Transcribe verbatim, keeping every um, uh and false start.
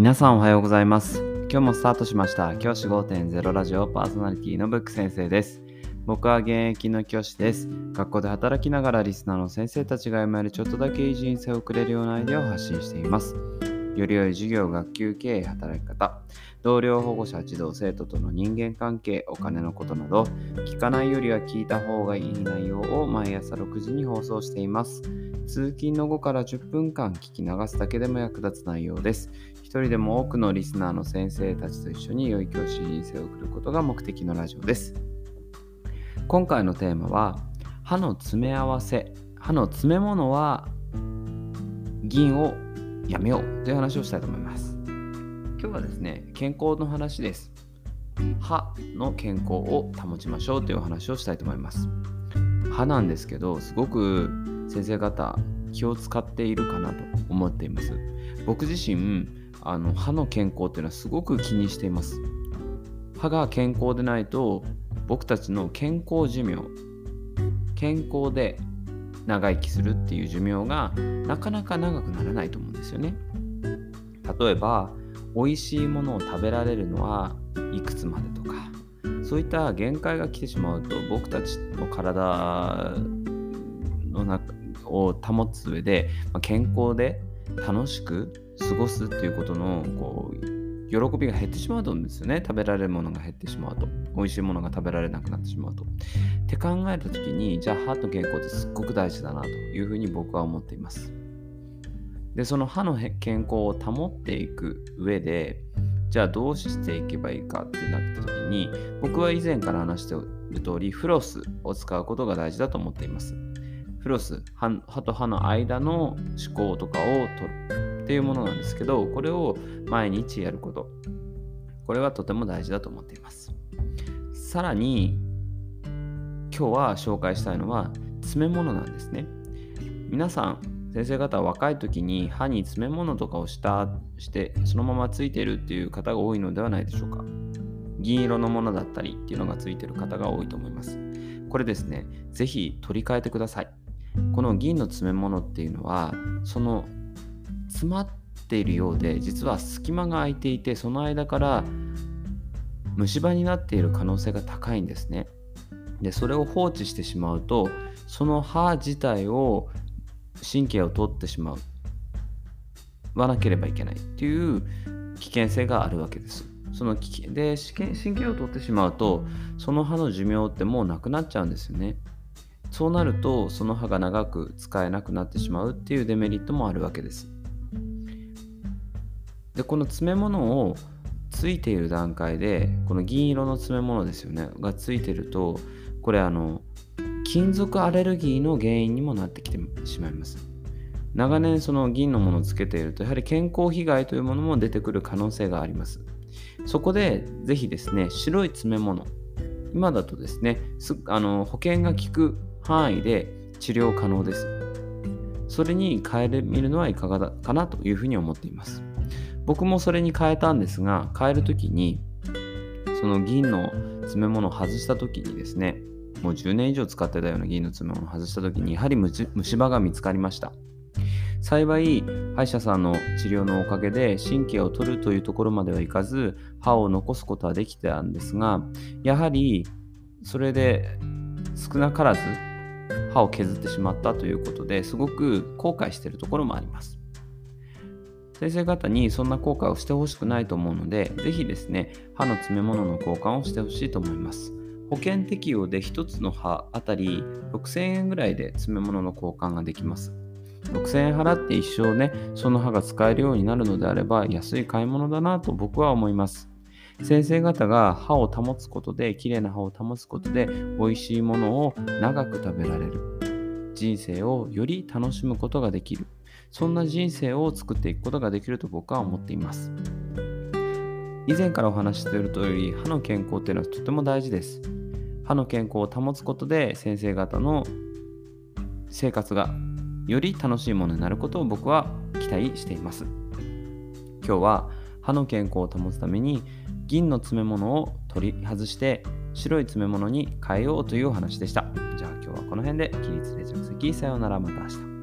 皆さんおはようございます。今日もスタートしました教師 ごてんゼロ ラジオパーソナリティのブック先生です。僕は現役の教師です。学校で働きながらリスナーの先生たちが読めるちょっとだけいい人生を送れるようなアイデアを発信しています。より良い授業、学級経営、働き方、同僚、保護者、児童、生徒との人間関係、お金のことなど、聞かないよりは聞いた方がいい内容を毎朝ろくじに放送しています。通勤のごからじゅっぷんかん聞き流すだけでも役立つ内容です。一人でも多くのリスナーの先生たちと一緒に良い教師人生を送ることが目的のラジオです。今回のテーマは、歯の詰め合わせ、歯の詰め物は銀をやめようという話をしたいと思います。今日はですね、健康の話です。歯の健康を保ちましょうという話をしたいと思います。歯なんですけど、すごく先生方気を使っているかなと思っています。僕自身あの歯の健康というのはすごく気にしています。歯が健康でないと僕たちの健康寿命、健康で長生きするっていう寿命がなかなか長くならないと思うんですよね。例えば美味しいものを食べられるのはいくつまでとか、そういった限界が来てしまうと僕たちの体の中を保つ上で、まあ、健康で楽しく過ごすっていうことのこう喜びが減ってしまうと思うんですよね。食べられるものが減ってしまうと、美味しいものが食べられなくなってしまうとって考えたときに、じゃあ歯の健康ってすっごく大事だなというふうに僕は思っています。で、その歯の健康を保っていく上で、じゃあどうしていけばいいかってなったときに、僕は以前から話している通りフロスを使うことが大事だと思っています。フロス、歯、歯と歯の間の歯垢とかを取るっていうものなんですけど、これを毎日やること、これはとても大事だと思っています。さらに今日は紹介したいのは詰め物なんですね。皆さん先生方は若い時に歯に詰め物とかをしたしてそのままついているっていう方が多いのではないでしょうか。銀色のものだったりっていうのがついている方が多いと思います。これですね、ぜひ取り替えてください。この銀の詰め物っていうのはその詰まっているようで、実は隙間が空いていて、その間から虫歯になっている可能性が高いんですね。で、それを放置してしまうと、その歯自体を神経を取ってしまうわなければいけないっていう危険性があるわけです。その危険で神経を取ってしまうと、その歯の寿命ってもうなくなっちゃうんですよね。そうなるとその歯が長く使えなくなってしまうっていうデメリットもあるわけです。で、この詰め物をついている段階で、この銀色の詰め物ですよねがついていると、これあの金属アレルギーの原因にもなってきてしまいます。長年その銀のものをつけていると、やはり健康被害というものも出てくる可能性があります。そこでぜひですね、白い詰め物、今だとですね、あの保険が効く範囲で治療可能です。それに変えてみるのはいかがだかなというふうに思っています。僕もそれに変えたんですが、変えるときにその銀の詰め物を外したときにですね、もうじゅうねん以上使ってたような銀の詰め物を外したときに、やはり虫歯が見つかりました。幸い歯医者さんの治療のおかげで神経を取るというところまではいかず、歯を残すことはできたんですが、やはりそれで少なからず歯を削ってしまったということで、すごく後悔しているところもあります。先生方にそんな後悔をしてほしくないと思うので、ぜひですね、歯の詰め物の交換をしてほしいと思います。保険適用でひとつの歯あたりろくせんえんぐらいで詰め物の交換ができます。ろくせんえん払って一生ね、その歯が使えるようになるのであれば安い買い物だなと僕は思います。先生方が歯を保つことで、綺麗な歯を保つことで美味しいものを長く食べられる、人生をより楽しむことができる、そんな人生を作っていくことができると僕は思っています。以前からお話ししている通り、歯の健康っていうのはとても大事です。歯の健康を保つことで先生方の生活がより楽しいものになることを僕は期待しています。今日は歯の健康を保つために銀の詰め物を取り外して白い詰め物に変えようというお話でした。じゃあ今日はこの辺で起立で着席、さようなら、また明日。